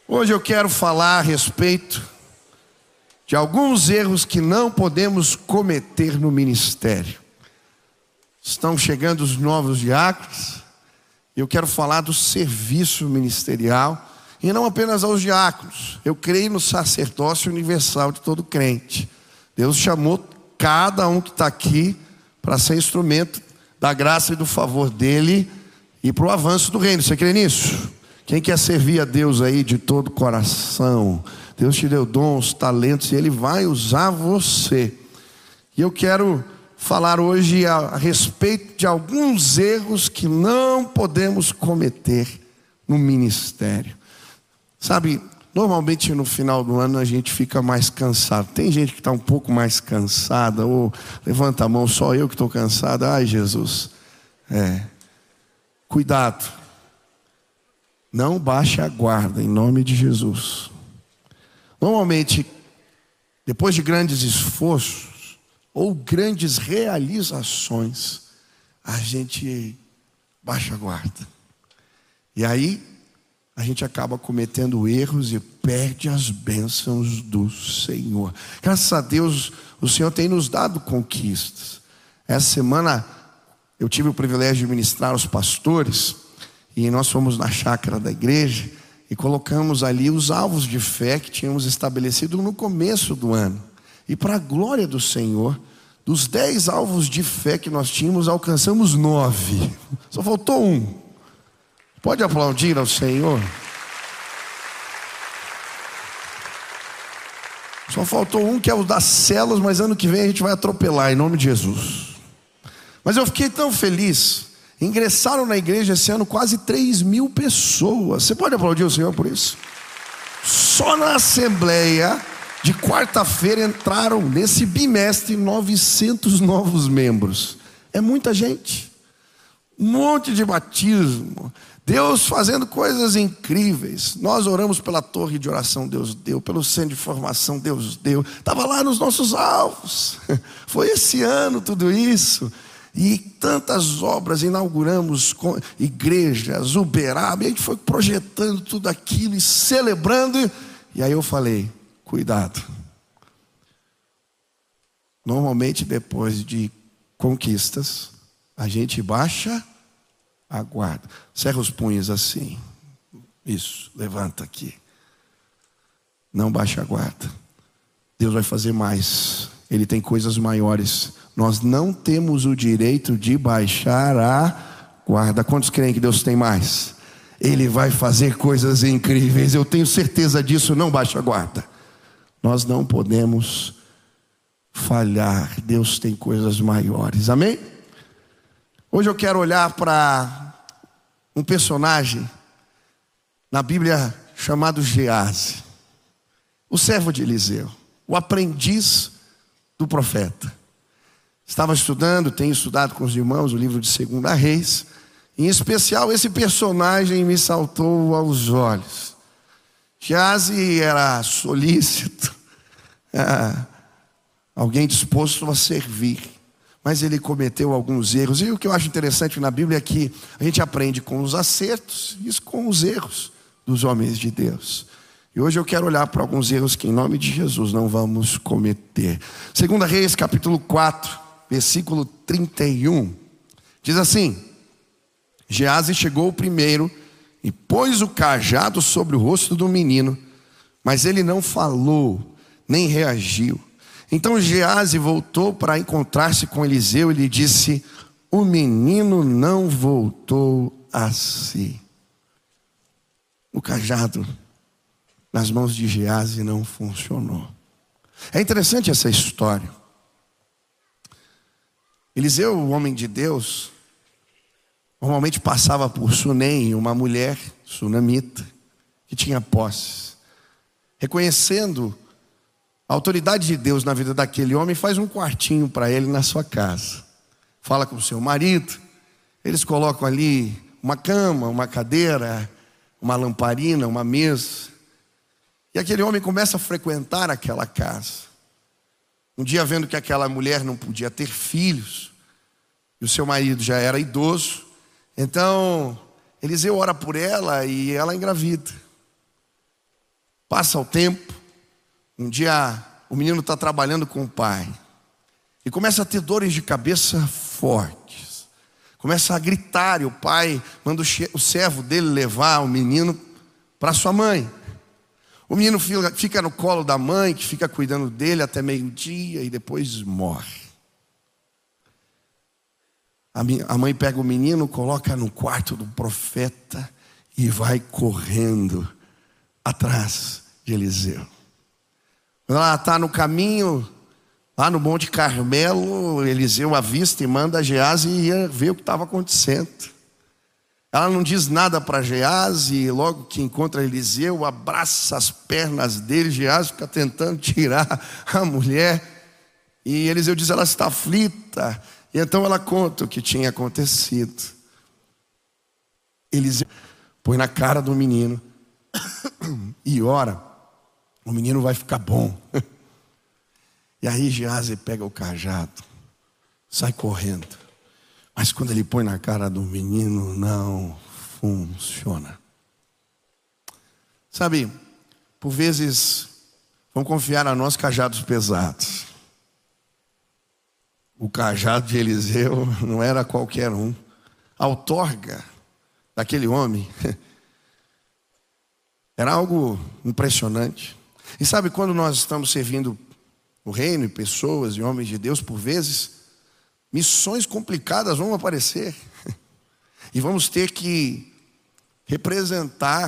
Hoje eu quero falar a respeito de alguns erros que não podemos cometer no ministério. Estão chegando os novos diáconos e eu quero falar do serviço ministerial e não apenas aos diáconos. Eu creio no sacerdócio universal de todo crente. Deus chamou cada um que está aqui para ser instrumento da graça e do favor dele e para o avanço do reino. Você crê nisso? Quem quer servir a Deus aí de todo o coração? Deus te deu dons, talentos e Ele vai usar você. E eu quero falar hoje a respeito de alguns erros que não podemos cometer no ministério. Sabe, normalmente no final do ano a gente fica mais cansado. Tem gente que está um pouco mais cansada, ou levanta a mão, só eu que estou cansado. Ai, Jesus. Cuidado. Não baixe a guarda, em nome de Jesus. Normalmente, depois de grandes esforços ou grandes realizações, a gente baixa a guarda. E aí, a gente acaba cometendo erros e perde as bênçãos do Senhor. Graças a Deus, o Senhor tem nos dado conquistas. Essa semana, eu tive o privilégio de ministrar aos pastores. E nós fomos na chácara da igreja e colocamos ali os alvos de fé que tínhamos estabelecido no começo do ano. E para a glória do Senhor, dos 10 alvos de fé que nós tínhamos, alcançamos 9. Só faltou um. Pode aplaudir ao Senhor? Só faltou um, que é o das células, mas ano que vem a gente vai atropelar, em nome de Jesus. Mas eu fiquei tão feliz. Ingressaram na igreja esse ano quase 3.000 pessoas. Você pode aplaudir o Senhor por isso? Só na assembleia de quarta-feira entraram nesse bimestre 900 novos membros. É muita gente. Um monte de batismo. Deus fazendo coisas incríveis. Nós oramos pela torre de oração, Deus deu. Pelo centro de formação, Deus deu. Estava lá nos nossos alvos. Foi esse ano tudo isso. E tantas obras, inauguramos igrejas, Uberaba, e a gente foi projetando tudo aquilo e celebrando. E aí eu falei, cuidado. Normalmente depois de conquistas, a gente baixa a guarda. Cerra os punhos assim. Isso, levanta aqui. Não baixa a guarda. Deus vai fazer mais. Ele tem coisas maiores. Nós não temos o direito de baixar a guarda. Quantos creem que Deus tem mais? Ele vai fazer coisas incríveis. Eu tenho certeza disso. Não baixa a guarda. Nós não podemos falhar. Deus tem coisas maiores. Amém? Hoje eu quero olhar para um personagem na Bíblia chamado Geazi, o servo de Eliseu, o aprendiz do profeta. Estava estudando, tenho estudado com os irmãos o livro de 2 Reis. Em especial esse personagem me saltou aos olhos. Geazi era solícito, alguém disposto a servir. Mas ele cometeu alguns erros. E o que eu acho interessante na Bíblia é que a gente aprende com os acertos e com os erros dos homens de Deus. E hoje eu quero olhar para alguns erros que em nome de Jesus não vamos cometer. 2 Reis capítulo 4, versículo 31. Diz assim: Geazi chegou primeiro e pôs o cajado sobre o rosto do menino, mas ele não falou, nem reagiu. Então Geazi voltou para encontrar-se com Eliseu e lhe disse: o menino não voltou a si. O cajado nas mãos de Geazi não funcionou. É interessante essa história. Eliseu, o homem de Deus, normalmente passava por Sunem, uma mulher sunamita, que tinha posses. Reconhecendo a autoridade de Deus na vida daquele homem, faz um quartinho para ele na sua casa. Fala com o seu marido, eles colocam ali uma cama, uma cadeira, uma lamparina, uma mesa. E aquele homem começa a frequentar aquela casa. Um dia, vendo que aquela mulher não podia ter filhos, e o seu marido já era idoso, então Eliseu ora por ela e ela engravida. Passa o tempo. Um dia o menino está trabalhando com o pai e começa a ter dores de cabeça fortes. Começa a gritar e o pai manda o servo dele levar o menino para sua mãe. O menino fica no colo da mãe, que fica cuidando dele até meio-dia e depois morre. A mãe pega o menino, coloca no quarto do profeta e vai correndo atrás de Eliseu. Quando ela está no caminho, lá no Monte Carmelo, Eliseu avista e manda Geazi ir ver o que estava acontecendo. Ela não diz nada para Geazi, e logo que encontra Eliseu, abraça as pernas dele. Geazi fica tentando tirar a mulher. E Eliseu diz: ela está aflita. E então ela conta o que tinha acontecido. Eliseu põe na cara do menino e ora: o menino vai ficar bom. E aí Geazi pega o cajado, sai correndo. Mas quando ele põe na cara do menino, não funciona. Sabe, por vezes vão confiar a nós cajados pesados. O cajado de Eliseu não era qualquer um. A outorga daquele homem era algo impressionante. E sabe, quando nós estamos servindo o reino e pessoas e homens de Deus, por vezes missões complicadas vão aparecer. E vamos ter que representar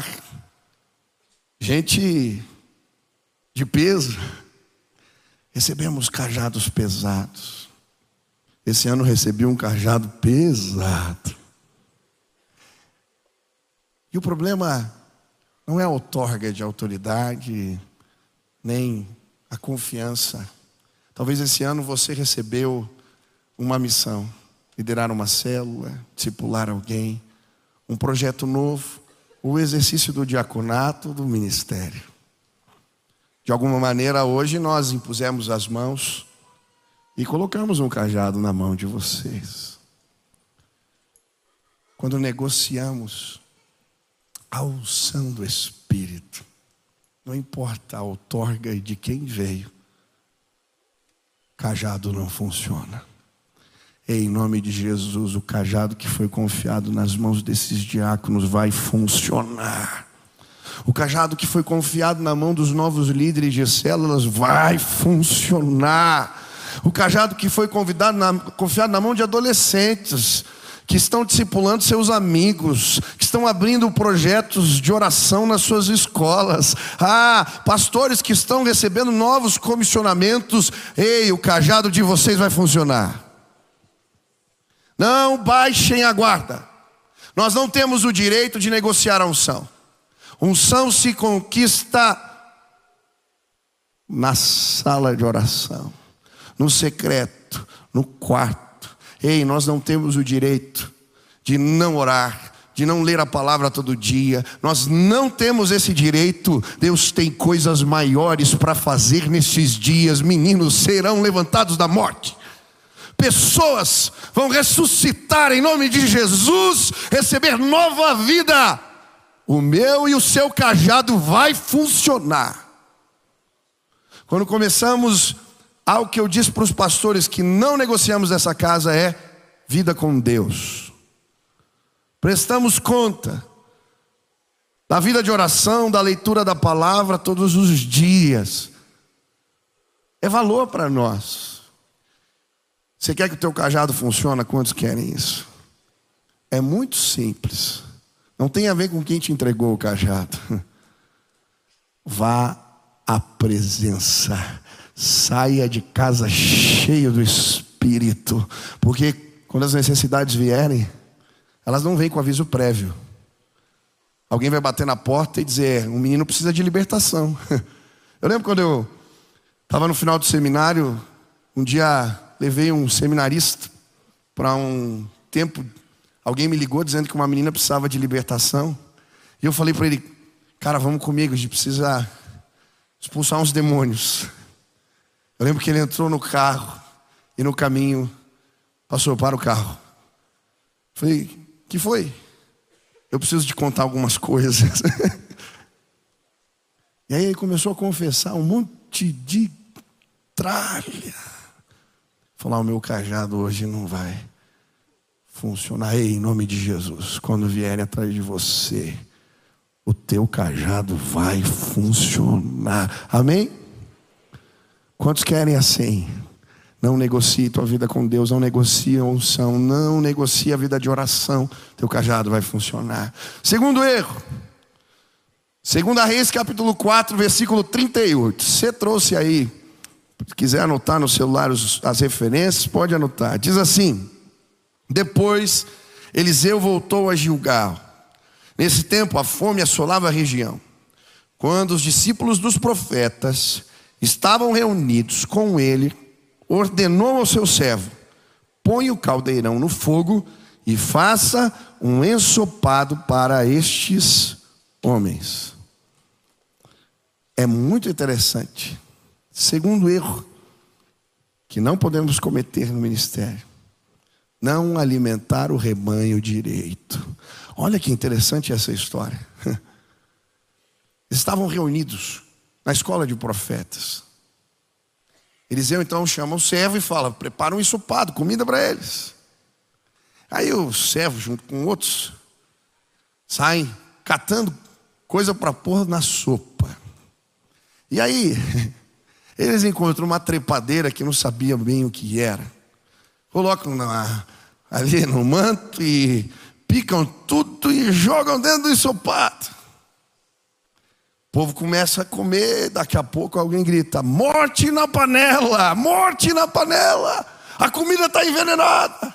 gente de peso. Recebemos cajados pesados. Esse ano recebi um cajado pesado. E o problema não é a outorga de autoridade, nem a confiança. Talvez esse ano você recebeu uma missão: liderar uma célula, discipular alguém, um projeto novo, o exercício do diaconato, do ministério. De alguma maneira hoje nós impusemos as mãos e colocamos um cajado na mão de vocês. Quando negociamos a unção do Espírito, não importa a outorga de quem veio, cajado não funciona. Em nome de Jesus, o cajado que foi confiado nas mãos desses diáconos vai funcionar. O cajado que foi confiado na mão dos novos líderes de células vai funcionar. O cajado que foi confiado na mão de adolescentes que estão discipulando seus amigos, que estão abrindo projetos de oração nas suas escolas. Pastores que estão recebendo novos comissionamentos. Ei, o cajado de vocês vai funcionar. Não baixem a guarda. Nós não temos o direito de negociar a unção. Unção se conquista na sala de oração, no secreto, no quarto. Ei, nós não temos o direito de não orar, de não ler a palavra todo dia. Nós não temos esse direito. Deus tem coisas maiores para fazer nesses dias. Meninos serão levantados da morte. Pessoas vão ressuscitar em nome de Jesus, receber nova vida. O meu e o seu cajado vai funcionar. Quando começamos, algo que eu disse para os pastores que não negociamos nessa casa é vida com Deus. Prestamos conta da vida de oração, da leitura da palavra todos os dias. É valor para nós. Você quer que o teu cajado funcione? Quantos querem isso? É muito simples. Não tem a ver com quem te entregou o cajado. Vá à presença. Saia de casa cheio do Espírito. Porque quando as necessidades vierem, elas não vêm com aviso prévio. Alguém vai bater na porta e dizer: um menino precisa de libertação. Eu lembro quando eu estava no final do seminário, um dia levei um seminarista para um tempo. Alguém me ligou dizendo que uma menina precisava de libertação. E eu falei para ele: cara, vamos comigo, a gente precisa expulsar uns demônios. Eu lembro que ele entrou no carro e no caminho passou para o carro. Falei: que foi? Eu preciso te contar algumas coisas. E aí ele começou a confessar um monte de tralha. Falar, o meu cajado hoje não vai funcionar. Ei, em nome de Jesus, quando vierem atrás de você, o teu cajado vai funcionar. Amém? Quantos querem assim? Não negocie tua vida com Deus, não negocie a unção, não negocie a vida de oração. Teu cajado vai funcionar. Segundo erro. 2 Reis, capítulo 4, versículo 38. Você trouxe aí, se quiser anotar no celular as referências, pode anotar. Diz assim: depois Eliseu voltou a Gilgal. Nesse tempo a fome assolava a região. Quando os discípulos dos profetas estavam reunidos com ele, ordenou ao seu servo: põe o caldeirão no fogo e faça um ensopado para estes homens. É muito interessante. Segundo erro que não podemos cometer no ministério: não alimentar o rebanho direito. Olha que interessante essa história. Estavam reunidos na escola de profetas. Eliseu então chama o servo e fala: prepara um ensopado, comida para eles. Aí o servo, junto com outros, saem catando coisa para pôr na sopa. E aí eles encontram uma trepadeira que não sabia bem o que era. Colocam ali no manto e picam tudo e jogam dentro do ensopado. O povo começa a comer, daqui a pouco alguém grita: morte na panela, morte na panela, a comida está envenenada.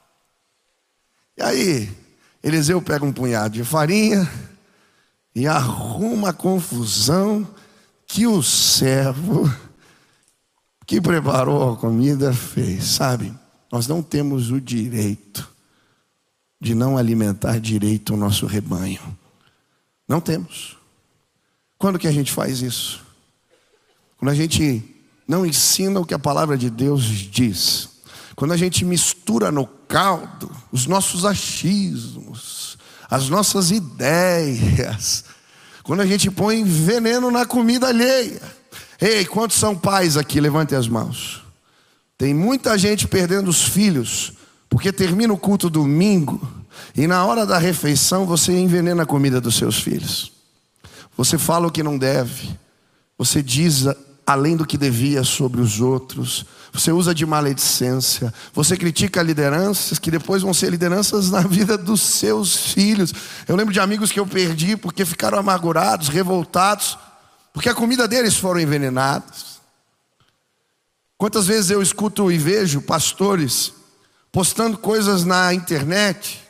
E aí Eliseu pega um punhado de farinha e arruma a confusão que o servo que preparou a comida fez. Sabe, nós não temos o direito de não alimentar direito o nosso rebanho. Não temos. Quando que a gente faz isso? Quando a gente não ensina o que a palavra de Deus diz. Quando a gente mistura no caldo os nossos achismos, as nossas ideias. Quando a gente põe veneno na comida alheia. Ei, quantos são pais aqui? Levantem as mãos. Tem muita gente perdendo os filhos, porque termina o culto domingo e na hora da refeição você envenena a comida dos seus filhos. Você fala o que não deve. Você diz além do que devia sobre os outros. Você usa de maledicência. Você critica lideranças que depois vão ser lideranças na vida dos seus filhos. Eu lembro de amigos que eu perdi porque ficaram amargurados, revoltados, porque a comida deles foram envenenadas. Quantas vezes eu escuto e vejo pastores postando coisas na internet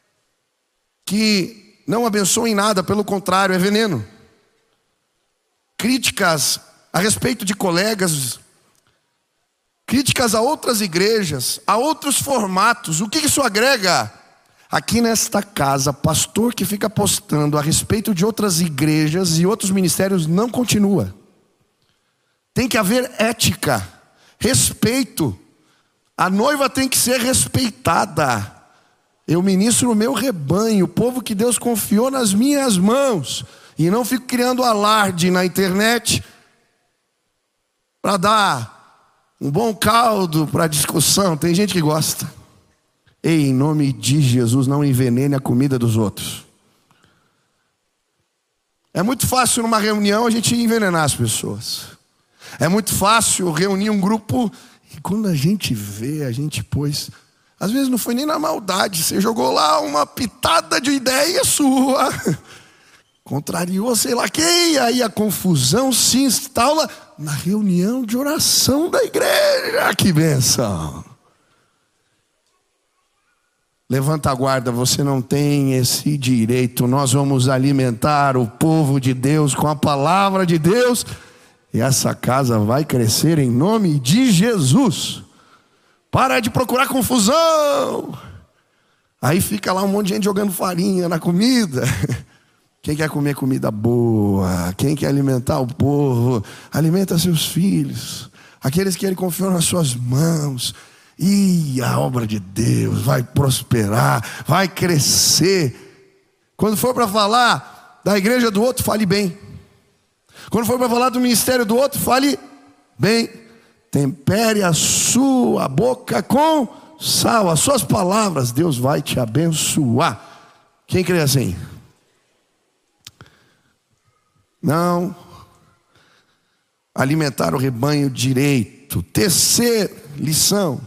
que não abençoam em nada, pelo contrário, é veneno. Críticas a respeito de colegas, críticas a outras igrejas, a outros formatos. O que isso agrega? Aqui nesta casa, pastor que fica postando a respeito de outras igrejas e outros ministérios não continua. Tem que haver ética, respeito. A noiva tem que ser respeitada. Eu ministro o meu rebanho, o povo que Deus confiou nas minhas mãos. E não fico criando alarde na internet para dar um bom caldo para a discussão. Tem gente que gosta. Ei, em nome de Jesus, não envenene a comida dos outros. É muito fácil numa reunião a gente envenenar as pessoas. É muito fácil reunir um grupo e quando a gente vê, a gente pôs... Às vezes não foi nem na maldade, você jogou lá uma pitada de ideia sua, contrariou sei lá quem, aí a confusão se instala na reunião de oração da igreja. Que bênção! Levanta a guarda, você não tem esse direito. Nós vamos alimentar o povo de Deus com a palavra de Deus e essa casa vai crescer em nome de Jesus. Para de procurar confusão. Aí fica lá um monte de gente jogando farinha na comida. Quem quer comer comida boa? Quem quer alimentar o povo? Alimenta seus filhos. Aqueles que Ele confiou nas suas mãos. E a obra de Deus vai prosperar, vai crescer. Quando for para falar da igreja do outro, fale bem. Quando for para falar do ministério do outro, fale bem. Tempere a sua boca com sal. As suas palavras, Deus vai te abençoar. Quem crê assim? Não. Alimentar o rebanho direito. Terceira lição.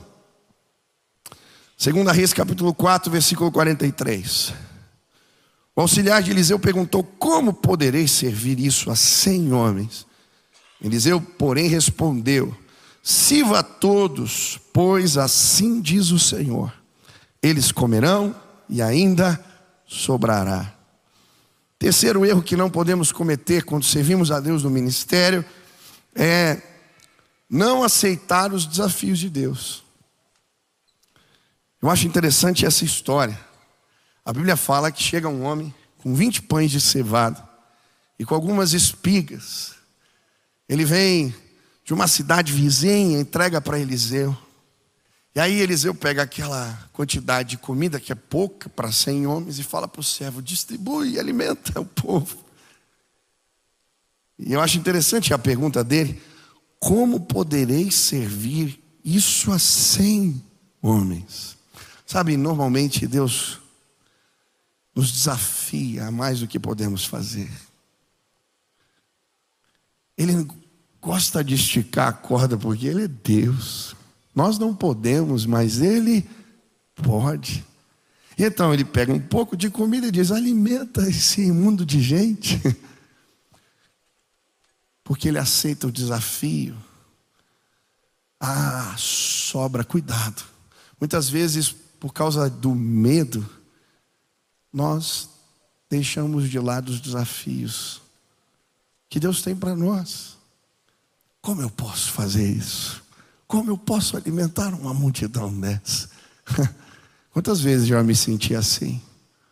2 Reis capítulo 4, versículo 43. O auxiliar de Eliseu perguntou: como poderei servir isso a 100 homens? Eliseu, porém, respondeu: sirva a todos, pois assim diz o Senhor: eles comerão e ainda sobrará. Terceiro erro que não podemos cometer quando servimos a Deus no ministério é não aceitar os desafios de Deus. Eu acho interessante essa história. A Bíblia fala que chega um homem com 20 pães de cevada e com algumas espigas. Ele vem de uma cidade vizinha, entrega para Eliseu. E aí Eliseu pega aquela quantidade de comida que é pouca para 100 homens e fala para o servo: distribui e alimenta o povo. E eu acho interessante a pergunta dele: como poderei servir isso a 100 homens? Sabe, normalmente Deus nos desafia a mais do que podemos fazer. Ele gosta de esticar a corda porque Ele é Deus. Nós não podemos, mas Ele pode. Então Ele pega um pouco de comida e diz: alimenta esse imundo de gente. Porque Ele aceita o desafio. Sobra, cuidado. Muitas vezes, por causa do medo, nós deixamos de lado os desafios que Deus tem para nós. Como eu posso fazer isso? Como eu posso alimentar uma multidão dessa? Quantas vezes eu já me senti assim?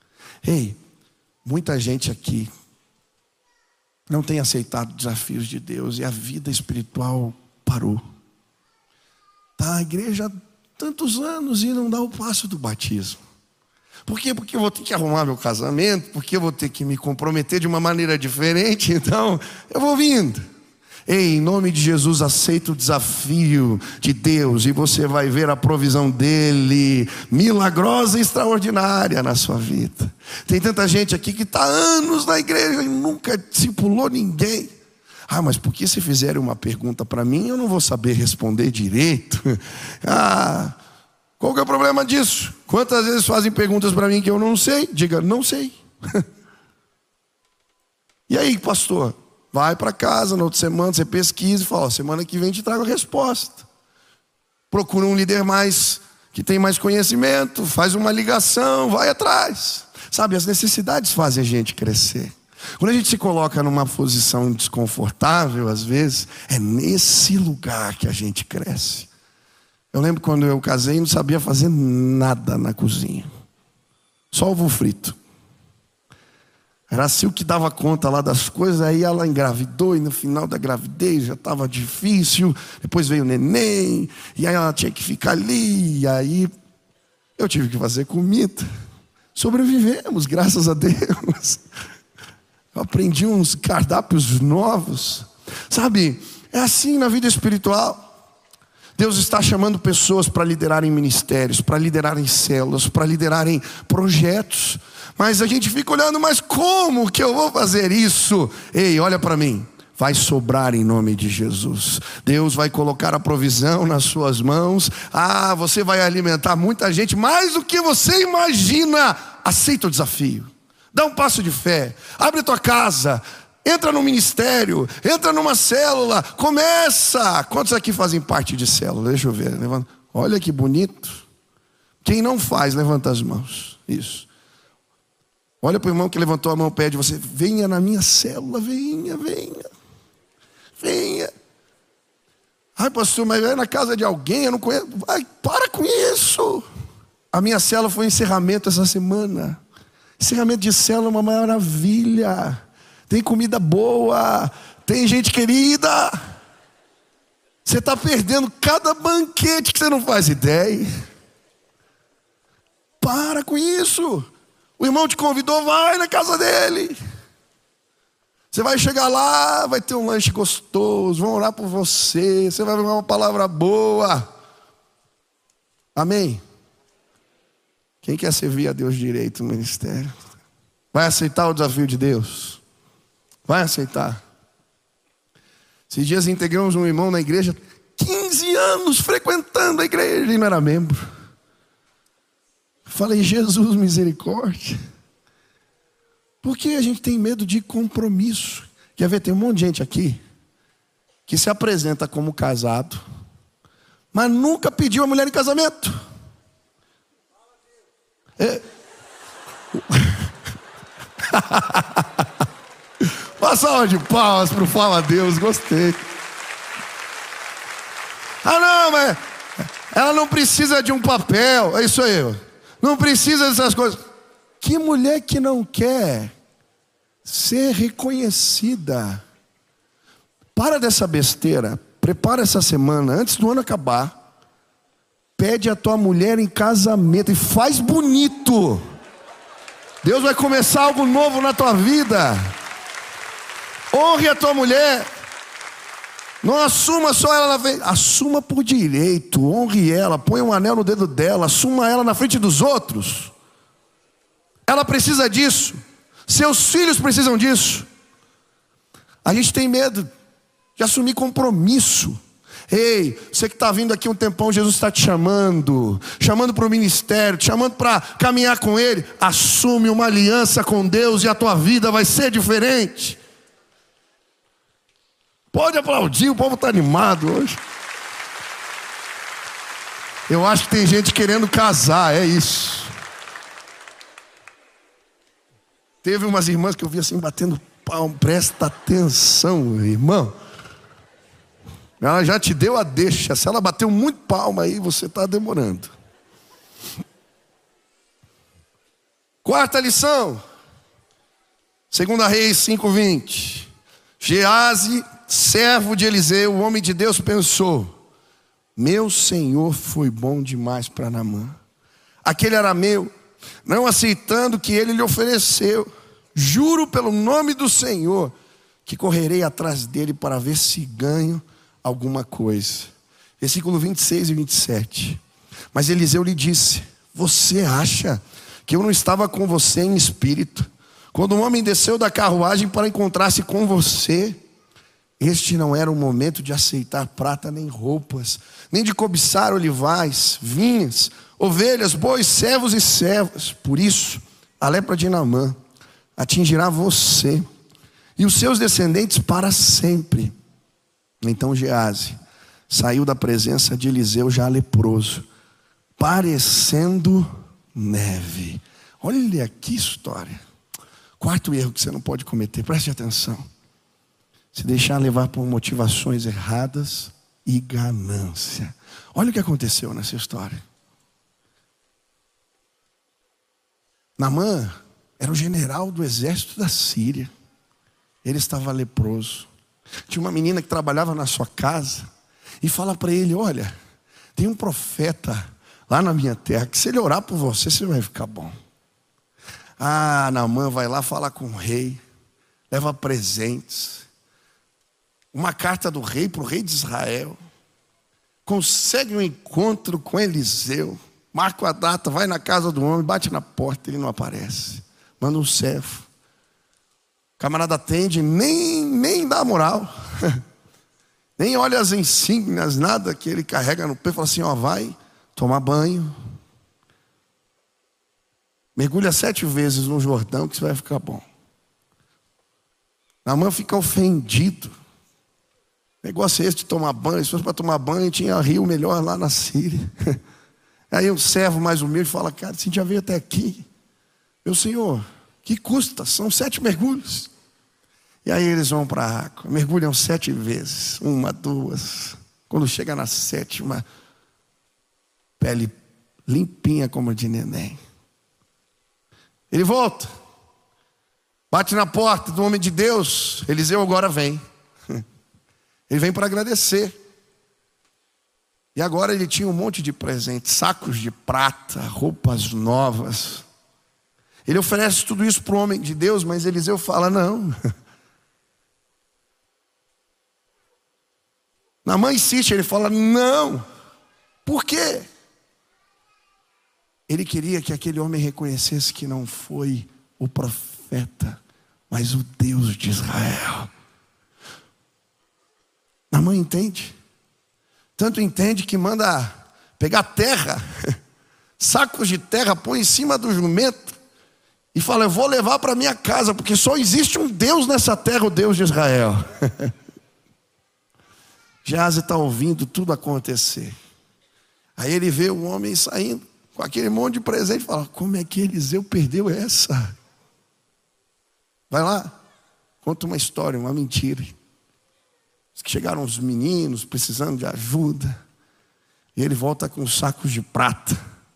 Muita gente aqui não tem aceitado desafios de Deus e a vida espiritual parou. Está a igreja há tantos anos e não dá o passo do batismo. Por quê? Porque eu vou ter que arrumar meu casamento, porque eu vou ter que me comprometer de uma maneira diferente, então eu vou vindo. Em nome de Jesus, aceita o desafio de Deus e você vai ver a provisão dEle, milagrosa e extraordinária na sua vida. Tem tanta gente aqui que está há anos na igreja e nunca discipulou ninguém. Mas porque se fizerem uma pergunta para mim, eu não vou saber responder direito. Qual que é o problema disso? Quantas vezes fazem perguntas para mim que eu não sei? Diga: não sei. E aí, pastor? Vai para casa, na outra semana você pesquisa e fala: semana que vem te trago a resposta. Procura um líder que tem mais conhecimento, faz uma ligação, vai atrás. Sabe, as necessidades fazem a gente crescer. Quando a gente se coloca numa posição desconfortável, às vezes, é nesse lugar que a gente cresce. Eu lembro quando eu casei, não sabia fazer nada na cozinha. Só ovo frito. Era assim o que dava conta lá das coisas. Aí ela engravidou e no final da gravidez já estava difícil. Depois veio o neném e aí ela tinha que ficar ali. E aí eu tive que fazer comida. Sobrevivemos, graças a Deus. Eu aprendi uns cardápios novos. Sabe, é assim na vida espiritual. Deus está chamando pessoas para liderarem ministérios, para liderarem células, para liderarem projetos. Mas a gente fica olhando: mas como que eu vou fazer isso? Olha para mim. Vai sobrar em nome de Jesus. Deus vai colocar a provisão nas suas mãos. Você vai alimentar muita gente, mais do que você imagina. Aceita o desafio. Dá um passo de fé. Abre a tua casa. Entra no ministério. Entra numa célula. Começa. Quantos aqui fazem parte de célula? Deixa eu ver. Olha que bonito. Quem não faz, levanta as mãos. Isso. Olha para o irmão que levantou a mão, pede você: venha na minha célula. Venha. Pastor, mas é na casa de alguém, eu não conheço. Para com isso. A minha célula foi encerramento essa semana. Encerramento de célula é uma maravilha. Tem comida boa, tem gente querida. Você está perdendo cada banquete que você não faz ideia. Para com isso. O irmão te convidou, vai na casa dele. Você vai chegar lá, vai ter um lanche gostoso, vão orar por você, você vai ver uma palavra boa. Amém? Quem quer servir a Deus direito no ministério? Vai aceitar o desafio de Deus? Vai aceitar? Esses dias integramos um irmão na igreja, 15 anos frequentando a igreja e não era membro. Falei, Jesus, misericórdia. Porque a gente tem medo de compromisso. Quer ver, tem um monte de gente aqui que se apresenta como casado, mas nunca pediu a mulher em casamento. Passa uma de palmas pro Fala Deus, gostei. Ah não, mas ela não precisa de um papel, é isso aí. Não precisa dessas coisas. Que mulher que não quer ser reconhecida? Para dessa besteira. Prepara essa semana, antes do ano acabar. Pede a tua mulher em casamento e faz bonito. Deus vai começar algo novo na tua vida. Honre a tua mulher. Não assuma só ela na frente. Assuma por direito. Honre ela. Põe um anel no dedo dela. Assuma ela na frente dos outros. Ela precisa disso. Seus filhos precisam disso. A gente tem medo de assumir compromisso. Ei, você que está vindo aqui um tempão, Jesus está te chamando para o ministério, te chamando para caminhar com Ele. Assume uma aliança com Deus e a tua vida vai ser diferente. Pode aplaudir, o povo está animado hoje. Eu acho que tem gente querendo casar, é isso. Teve umas irmãs que eu vi assim batendo palma. Presta atenção, irmão. Ela já te deu a deixa. Se ela bateu muito palma aí, você está demorando. Quarta lição. 2 Reis 5:20. Geazi, servo de Eliseu, o homem de Deus, pensou: meu senhor foi bom demais para Naamã, aquele arameu, não aceitando o que ele lhe ofereceu. Juro pelo nome do Senhor que correrei atrás dele para ver se ganho alguma coisa. Versículo 26 e 27. Mas Eliseu lhe disse: você acha que eu não estava com você em espírito, quando um homem desceu da carruagem para encontrar-se com você? Este não era o momento de aceitar prata nem roupas, nem de cobiçar olivais, vinhas, ovelhas, bois, servos e servas. Por isso, a lepra de Naamã atingirá você e os seus descendentes para sempre. Então Geazi saiu da presença de Eliseu já leproso, parecendo neve. Olha que história. Quarto erro que você não pode cometer, preste atenção: se deixar levar por motivações erradas e ganância. Olha o que aconteceu nessa história. Naamã era o general do exército da Síria. Ele estava leproso. Tinha uma menina que trabalhava na sua casa e fala para ele: olha, tem um profeta lá na minha terra que se ele orar por você, você vai ficar bom. Ah, Naamã vai lá falar com o rei, leva presentes, uma carta do rei para o rei de Israel, consegue um encontro com Eliseu, marca a data, vai na casa do homem, bate na porta, ele não aparece. Manda um servo. O camarada atende, nem dá moral. Nem olha as insígnias, nada que ele carrega no pé. Fala assim: ó, vai tomar banho, mergulha 7 vezes no Jordão que você vai ficar bom. Naamã fica ofendido. Negócio esse de tomar banho. Se fosse para tomar banho, tinha rio melhor lá na Síria. Aí um servo mais humilde fala: cara, você já veio até aqui, meu senhor, que custa? São 7 mergulhos. E aí eles vão para a água, mergulham 7 vezes, 1, 2. Quando chega na 7ª, pele limpinha como a de neném. Ele volta, bate na porta do homem de Deus. Eliseu agora vem. Ele vem para agradecer. E agora ele tinha um monte de presentes, sacos de prata, roupas novas. Ele oferece tudo isso para o homem de Deus, mas Eliseu fala: não, Naamã insiste, ele fala: não. Por quê? Ele queria que aquele homem reconhecesse que não foi o profeta, mas o Deus de Israel. Naamã entende. Tanto entende que manda pegar terra, sacos de terra, põe em cima do jumento e fala: eu vou levar para minha casa, porque só existe um Deus nessa terra, o Deus de Israel. Geazi está ouvindo tudo acontecer. Aí ele vê o homem saindo com aquele monte de presente e fala: como é que Eliseu perdeu essa? Vai lá, conta uma história, uma mentira. Que chegaram os meninos precisando de ajuda, e ele volta com sacos de prata,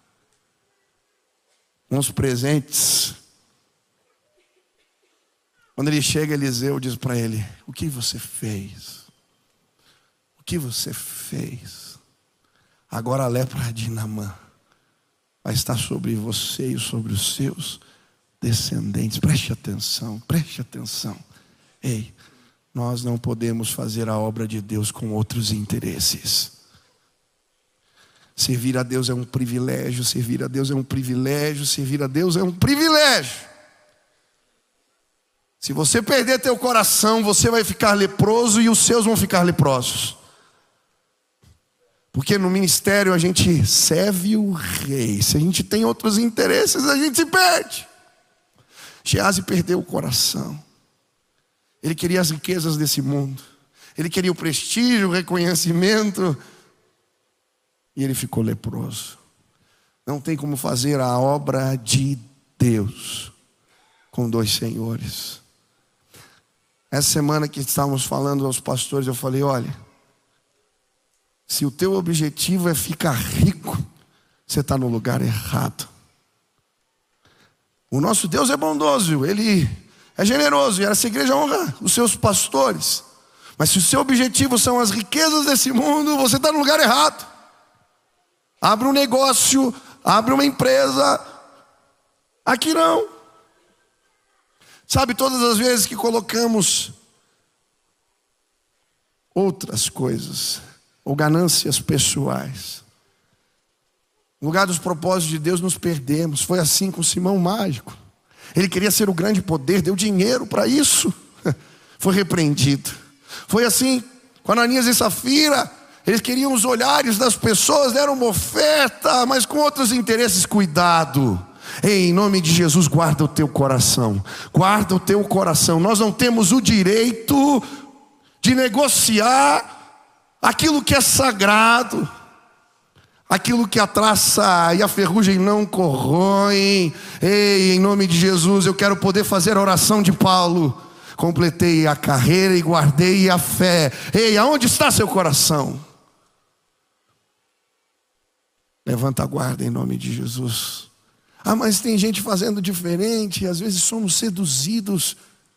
com os presentes. Quando ele chega, Eliseu diz para ele: o que você fez? O que você fez? Agora a lepra de Naamã vai estar sobre você e sobre os seus descendentes. Preste atenção, preste atenção. Ei, nós não podemos fazer a obra de Deus com outros interesses. Servir a Deus é um privilégio, servir a Deus é um privilégio, servir a Deus é um privilégio. Se você perder teu coração, você vai ficar leproso e os seus vão ficar leprosos. Porque no ministério a gente serve o rei. Se a gente tem outros interesses, a gente se perde. Geazi perdeu o coração. Ele queria as riquezas desse mundo. Ele queria o prestígio, o reconhecimento. E ele ficou leproso. Não tem como fazer a obra de Deus com dois senhores. Essa semana que estávamos falando aos pastores, eu falei: olha, se o teu objetivo é ficar rico, você está no lugar errado. O nosso Deus é bondoso, Ele é generoso, e essa igreja honra os seus pastores. Mas se o seu objetivo são as riquezas desse mundo, você está no lugar errado. Abre um negócio, abre uma empresa. Aqui não. Sabe, todas as vezes que colocamos outras coisas, ou ganâncias pessoais, no lugar dos propósitos de Deus, nos perdemos. Foi assim com Simão Mágico. Ele queria ser o grande poder, deu dinheiro para isso, foi repreendido. Foi assim com Ananias e Safira. Eles queriam os olhares das pessoas, deram uma oferta, mas com outros interesses. Cuidado. Ei, em nome de Jesus, guarda o teu coração. Guarda o teu coração. Nós não temos o direito de negociar aquilo que é sagrado, aquilo que a traça e a ferrugem não corroem. Ei, em nome de Jesus, eu quero poder fazer a oração de Paulo: completei a carreira e guardei a fé. Ei, aonde está seu coração? Levanta a guarda em nome de Jesus. Ah, mas tem gente fazendo diferente, às vezes somos seduzidos.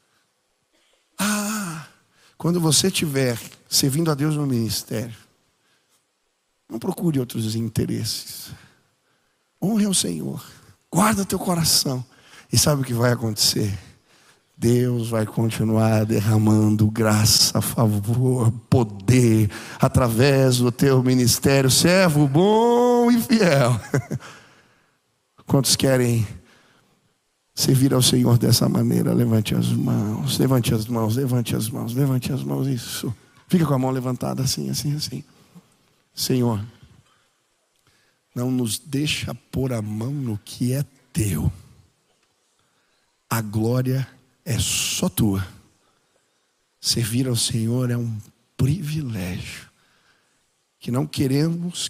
Quando você estiver servindo a Deus no ministério, não procure outros interesses. Honre ao Senhor. Guarda teu coração. E sabe o que vai acontecer? Deus vai continuar derramando graça, favor, poder através do teu ministério. Servo bom e fiel. Quantos querem servir ao Senhor dessa maneira? Levante as mãos, levante as mãos, levante as mãos, levante as mãos. Isso. Fica com a mão levantada assim, assim, assim. Senhor, não nos deixa pôr a mão no que é teu. A glória é só tua. Servir ao Senhor é um privilégio que não queiramos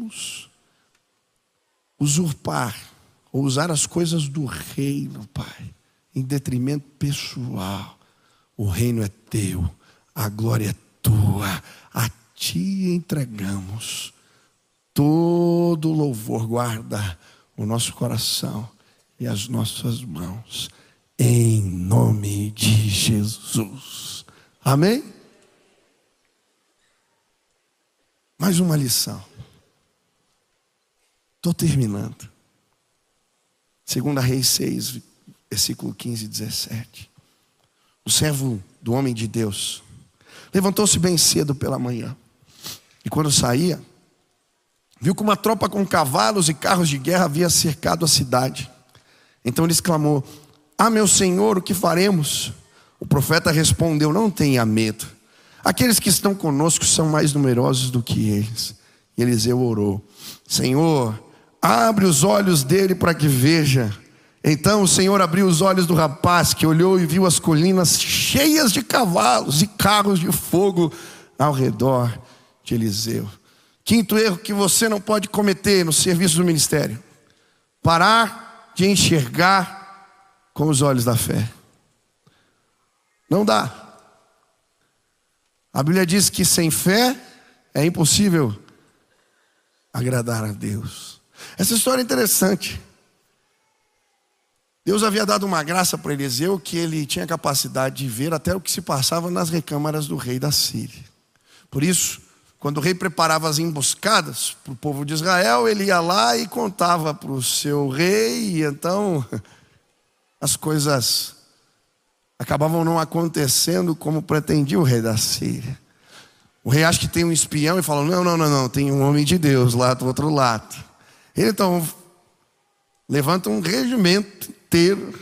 usurpar ou usar as coisas do reino, Pai, em detrimento pessoal. O reino é teu, a glória é tua, a ti entregamos todo louvor. Guarda o nosso coração e as nossas mãos, em nome de Jesus. Amém? Mais uma lição. Estou terminando. 2 Reis 6, versículo 15 e 17. O servo do homem de Deus levantou-se bem cedo pela manhã E quando saía, viu que uma tropa com cavalos e carros de guerra havia cercado a cidade. Então ele exclamou: "Ah, meu senhor, o que faremos?" O profeta respondeu: "Não tenha medo. Aqueles que estão conosco são mais numerosos do que eles." E Eliseu orou: "Senhor, abre os olhos dele para que veja." Então o Senhor abriu os olhos do rapaz, que olhou e viu as colinas cheias de cavalos e carros de fogo ao redor de Eliseu. Quinto erro que você não pode cometer no serviço do ministério: parar de enxergar com os olhos da fé. Não dá. A Bíblia diz que sem fé é impossível agradar a Deus. Essa história é interessante. Deus havia dado uma graça para Eliseu, que ele tinha capacidade de ver até o que se passava nas recâmaras do rei da Síria. Por isso, quando o rei preparava as emboscadas para o povo de Israel, ele ia lá e contava para o seu rei, e então as coisas acabavam não acontecendo como pretendia o rei da Síria. O rei acha que tem um espião e fala: não, tem um homem de Deus lá do outro lado. Ele então levanta um regimento inteiro.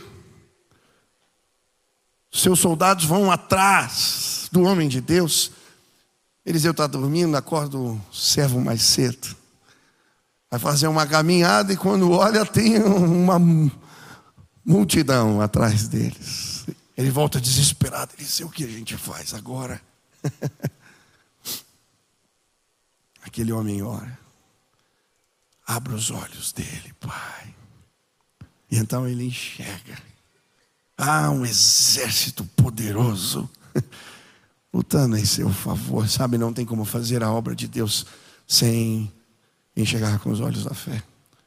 Seus soldados vão atrás do homem de Deus. Eliseu está dormindo, acorda o servo mais cedo. Vai fazer uma caminhada e quando olha tem uma multidão atrás deles. Ele volta desesperado. Eliseu, o que a gente faz agora? Aquele homem ora: "Abra os olhos dele, Pai." E então ele enxerga. Um exército poderoso lutando em seu favor. Sabe, não tem como fazer a obra de Deus sem enxergar com os olhos da fé.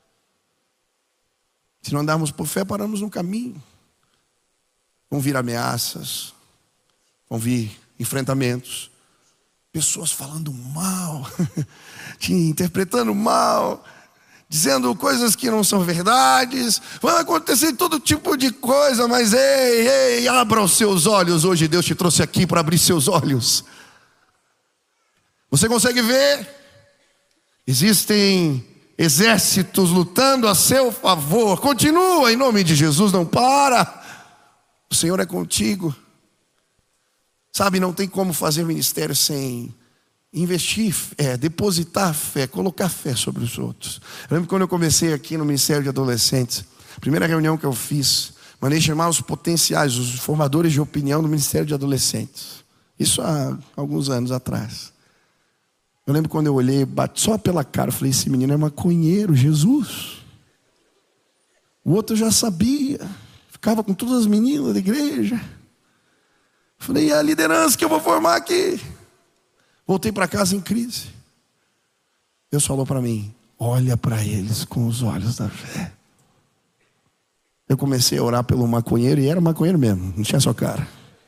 Se não andarmos por fé, paramos no caminho. Vão vir ameaças, vão vir enfrentamentos, pessoas falando mal, te interpretando mal, dizendo coisas que não são verdades. Vai acontecer todo tipo de coisa, mas ei, abra os seus olhos. Hoje Deus te trouxe aqui para abrir seus olhos. Você consegue ver? Existem exércitos lutando a seu favor. Continua em nome de Jesus, não para. O Senhor é contigo. Sabe, não tem como fazer ministério sem investir fé, depositar fé, colocar fé sobre os outros. Eu lembro quando eu comecei aqui no Ministério de Adolescentes, a primeira reunião que eu fiz, mandei chamar os potenciais, os formadores de opinião do Ministério de Adolescentes. Isso há alguns anos atrás. Eu lembro quando eu olhei, bati só pela cara, eu falei: esse menino é maconheiro, Jesus. O outro já sabia, ficava com todas as meninas da igreja. Eu falei: e a liderança que eu vou formar aqui? Voltei para casa em crise. Deus falou para mim: olha para eles com os olhos da fé. Eu comecei a orar pelo maconheiro, e era maconheiro mesmo, não tinha só cara.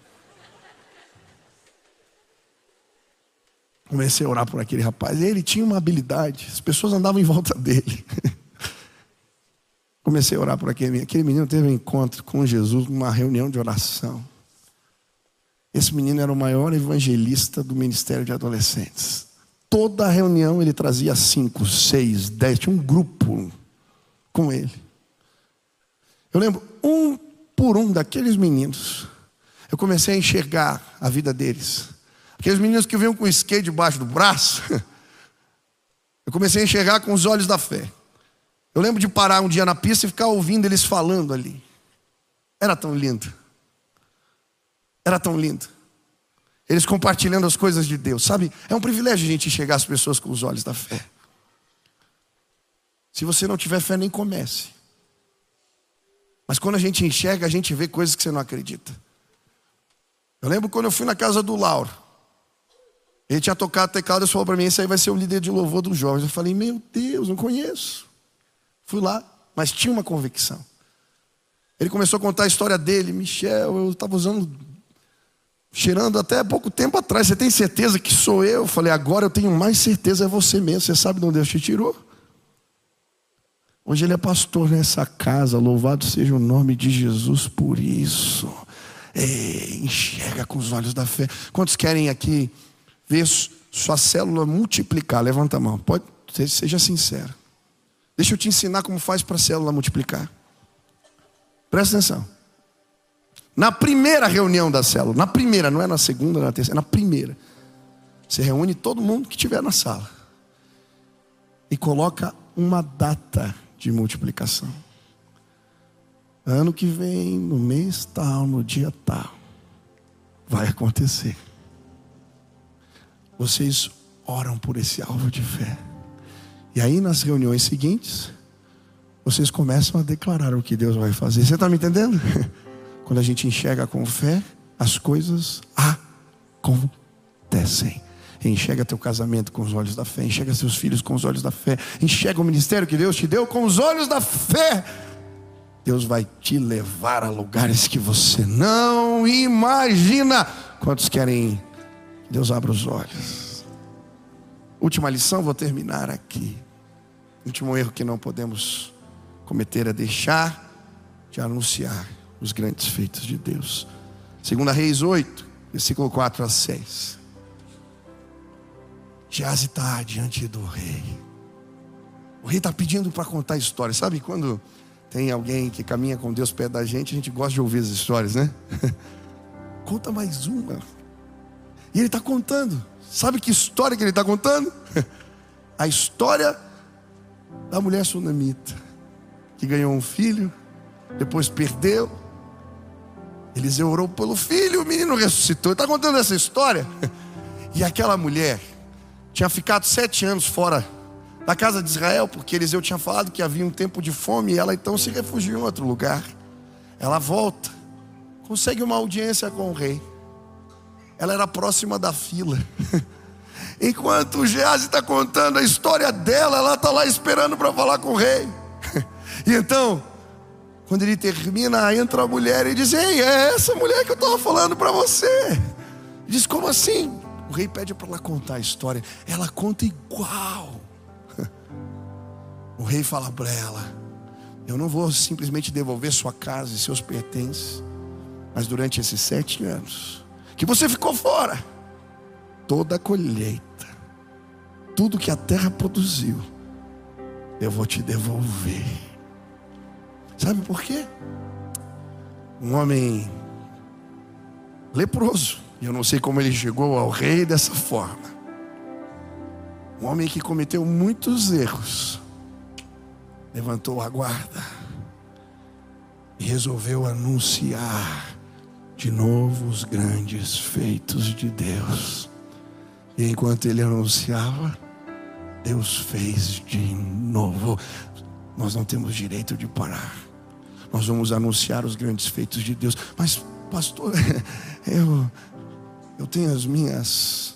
Comecei a orar por aquele rapaz, e ele tinha uma habilidade, as pessoas andavam em volta dele. Comecei a orar por aquele menino teve um encontro com Jesus, numa reunião de oração. Esse menino era o maior evangelista do Ministério de Adolescentes. Toda a reunião ele trazia 5, 6, 10, tinha um grupo com ele. Eu lembro, um por um daqueles meninos, eu comecei a enxergar a vida deles. Aqueles meninos que vinham com o skate debaixo do braço, eu comecei a enxergar com os olhos da fé. Eu lembro de parar um dia na pista e ficar ouvindo eles falando ali. Era tão lindo. Era tão lindo. Eles compartilhando as coisas de Deus. Sabe, é um privilégio a gente enxergar as pessoas com os olhos da fé. Se você não tiver fé, nem comece. Mas quando a gente enxerga, a gente vê coisas que você não acredita. Eu lembro quando eu fui na casa do Lauro. Ele tinha tocado teclado e falou para mim: esse aí vai ser o líder de louvor dos jovens. Eu falei: meu Deus, não conheço. Fui lá, mas tinha uma convicção. Ele começou a contar a história dele. Michel, eu estava cheirando até pouco tempo atrás. Você tem certeza que sou eu? Eu falei: agora eu tenho mais certeza, é você mesmo. Você sabe de onde Deus te tirou? Hoje ele é pastor nessa casa. Louvado seja o nome de Jesus por isso. Enxerga com os olhos da fé. Quantos querem aqui ver sua célula multiplicar? Levanta a mão, pode, seja sincero. Deixa eu te ensinar como faz para a célula multiplicar. Presta atenção. Na primeira reunião da célula, na primeira, não é na segunda, não é na terceira, é na primeira. Você reúne todo mundo que estiver na sala e coloca uma data de multiplicação. Ano que vem, no mês tal, no dia tal, vai acontecer. Vocês oram por esse alvo de fé. E aí nas reuniões seguintes, vocês começam a declarar o que Deus vai fazer. Você está me entendendo? Quando a gente enxerga com fé, as coisas acontecem. Enxerga teu casamento com os olhos da fé. Enxerga seus filhos com os olhos da fé. Enxerga o ministério que Deus te deu com os olhos da fé. Deus vai te levar a lugares que você não imagina. Quantos querem que Deus abra os olhos? Última lição, vou terminar aqui. Último erro que não podemos cometer é deixar de anunciar os grandes feitos de Deus. 2 Reis 8, versículo 4 a 6. Geazi está diante do rei. O rei está pedindo para contar histórias. Sabe quando tem alguém que caminha com Deus perto da gente, a gente gosta de ouvir as histórias, né? Conta mais uma. E ele está contando. Sabe que história que ele está contando? A história da mulher sunamita, que ganhou um filho, depois perdeu. Eliseu orou pelo filho, o menino ressuscitou. Ele está contando essa história. E aquela mulher tinha ficado 7 anos fora da casa de Israel, porque Eliseu tinha falado que havia um tempo de fome, e ela então se refugiou em outro lugar. Ela volta, consegue uma audiência com o rei. Ela era próxima da fila. Enquanto o Geazi está contando a história dela, ela está lá esperando para falar com o rei. E então, quando ele termina, entra a mulher e diz: ei, é essa mulher que eu estava falando para você. Ele diz: como assim? O rei pede para ela contar a história. Ela conta igual. O rei fala para ela: eu não vou simplesmente devolver sua casa e seus pertences, mas durante esses 7 anos que você ficou fora, toda a colheita, tudo que a terra produziu, eu vou te devolver. Sabe por quê? Um homem leproso, e eu não sei como ele chegou ao rei dessa forma. Um homem que cometeu muitos erros, levantou a guarda e resolveu anunciar de novo os grandes feitos de Deus. E enquanto ele anunciava, Deus fez de novo. Nós não temos direito de parar. Nós vamos anunciar os grandes feitos de Deus. Mas pastor, eu tenho as minhas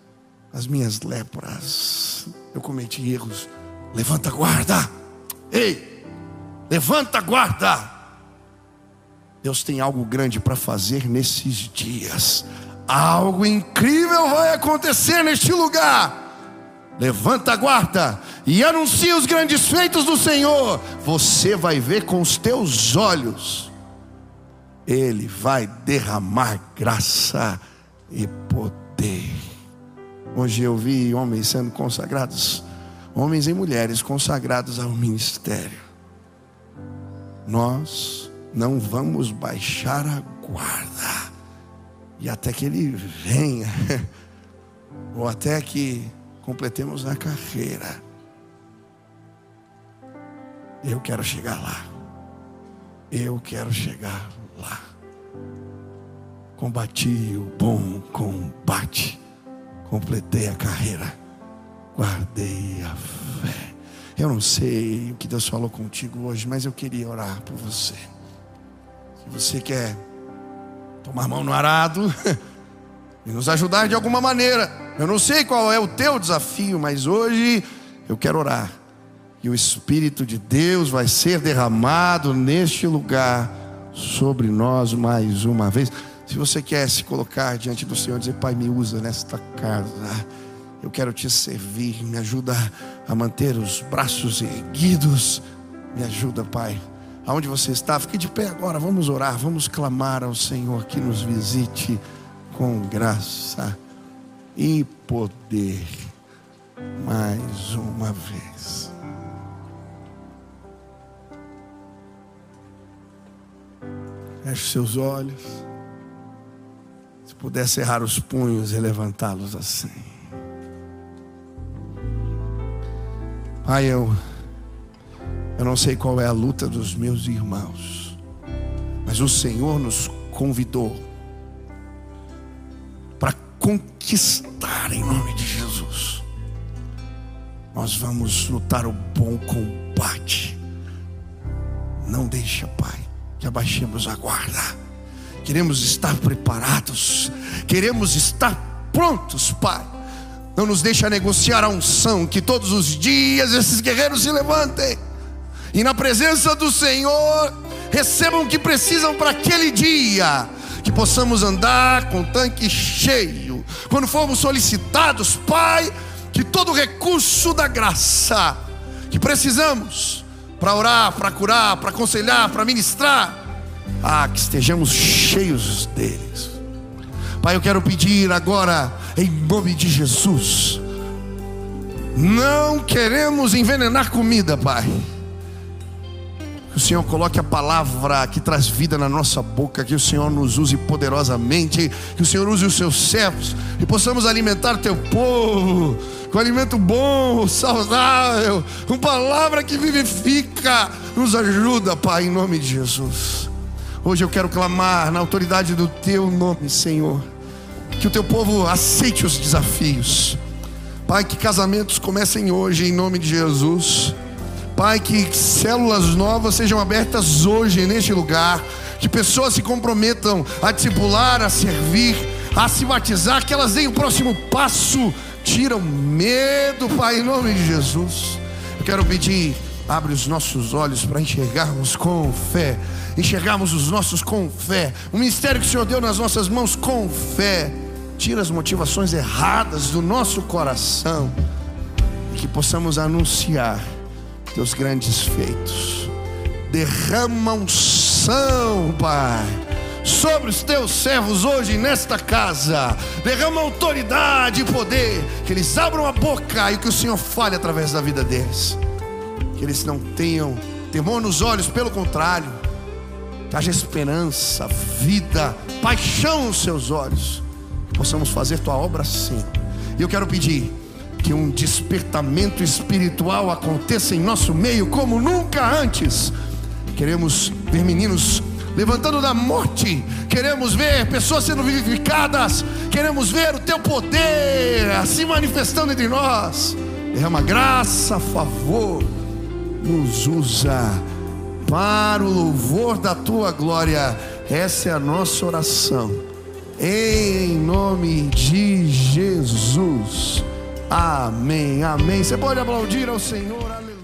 lepras. Eu cometi erros. Levanta a guarda. Ei, levanta a guarda. Deus tem algo grande para fazer nesses dias. Algo incrível vai acontecer neste lugar. Levanta a guarda e anuncia os grandes feitos do Senhor. Você vai ver com os teus olhos. Ele vai derramar graça e poder. Hoje eu vi homens sendo consagrados, homens e mulheres consagrados ao ministério. Nós não vamos baixar a guarda, e até que ele venha, ou até que completemos a carreira. Eu quero chegar lá. Eu quero chegar lá. Combati o bom combate, completei a carreira, guardei a fé. Eu não sei o que Deus falou contigo hoje, mas eu queria orar por você. Se você quer tomar a mão no arado e nos ajudar de alguma maneira, eu não sei qual é o teu desafio, mas hoje eu quero orar. E o Espírito de Deus vai ser derramado neste lugar sobre nós mais uma vez. Se você quer se colocar diante do Senhor e dizer: Pai, me usa nesta casa, eu quero te servir, me ajuda a manter os braços erguidos, me ajuda, Pai. Aonde você está, fique de pé agora, vamos orar, vamos clamar ao Senhor que nos visite com graça e poder. Mais uma vez. Feche seus olhos. Se puder cerrar os punhos e levantá-los assim. Pai, eu não sei qual é a luta dos meus irmãos, mas o Senhor nos convidou para conquistar em nome de Jesus. Nós vamos lutar o bom combate. Não deixa, Pai, que abaixemos a guarda. Queremos estar preparados, queremos estar prontos, Pai. Não nos deixa negociar a unção, que todos os dias esses guerreiros se levantem e na presença do Senhor recebam o que precisam para aquele dia. Que possamos andar com o tanque cheio. Quando formos solicitados, Pai, que todo recurso da graça que precisamos para orar, para curar, para aconselhar, para ministrar, que estejamos cheios deles. Pai, eu quero pedir agora, em nome de Jesus, não queremos envenenar comida, Pai. Que o Senhor coloque a palavra que traz vida na nossa boca, que o Senhor nos use poderosamente, que o Senhor use os seus servos e possamos alimentar teu povo com alimento bom, saudável, com palavra que vivifica. Nos ajuda, Pai, em nome de Jesus. Hoje eu quero clamar na autoridade do teu nome, Senhor, que o teu povo aceite os desafios. Pai, que casamentos comecem hoje em nome de Jesus. Pai, que células novas sejam abertas hoje neste lugar. Que pessoas se comprometam a discipular, a servir, a se batizar. Que elas deem o próximo passo. Tira o medo, Pai, em nome de Jesus. Eu quero pedir, abre os nossos olhos para enxergarmos com fé. Enxergarmos os nossos com fé. O ministério que o Senhor deu nas nossas mãos com fé. Tira as motivações erradas do nosso coração. E que possamos anunciar teus grandes feitos. Derrama unção, Pai, sobre os teus servos hoje nesta casa. Derrama autoridade e poder. Que eles abram a boca e que o Senhor fale através da vida deles. Que eles não tenham temor nos olhos, pelo contrário, que haja esperança, vida, paixão nos seus olhos. Que possamos fazer tua obra assim. E eu quero pedir que um despertamento espiritual aconteça em nosso meio como nunca antes. Queremos ver meninos levantando da morte. Queremos ver pessoas sendo vivificadas. Queremos ver o teu poder se manifestando entre nós. Derrama graça, favor. Nos usa para o louvor da tua glória. Essa é a nossa oração, em nome de Jesus. Amém, amém. Você pode aplaudir ao Senhor, aleluia.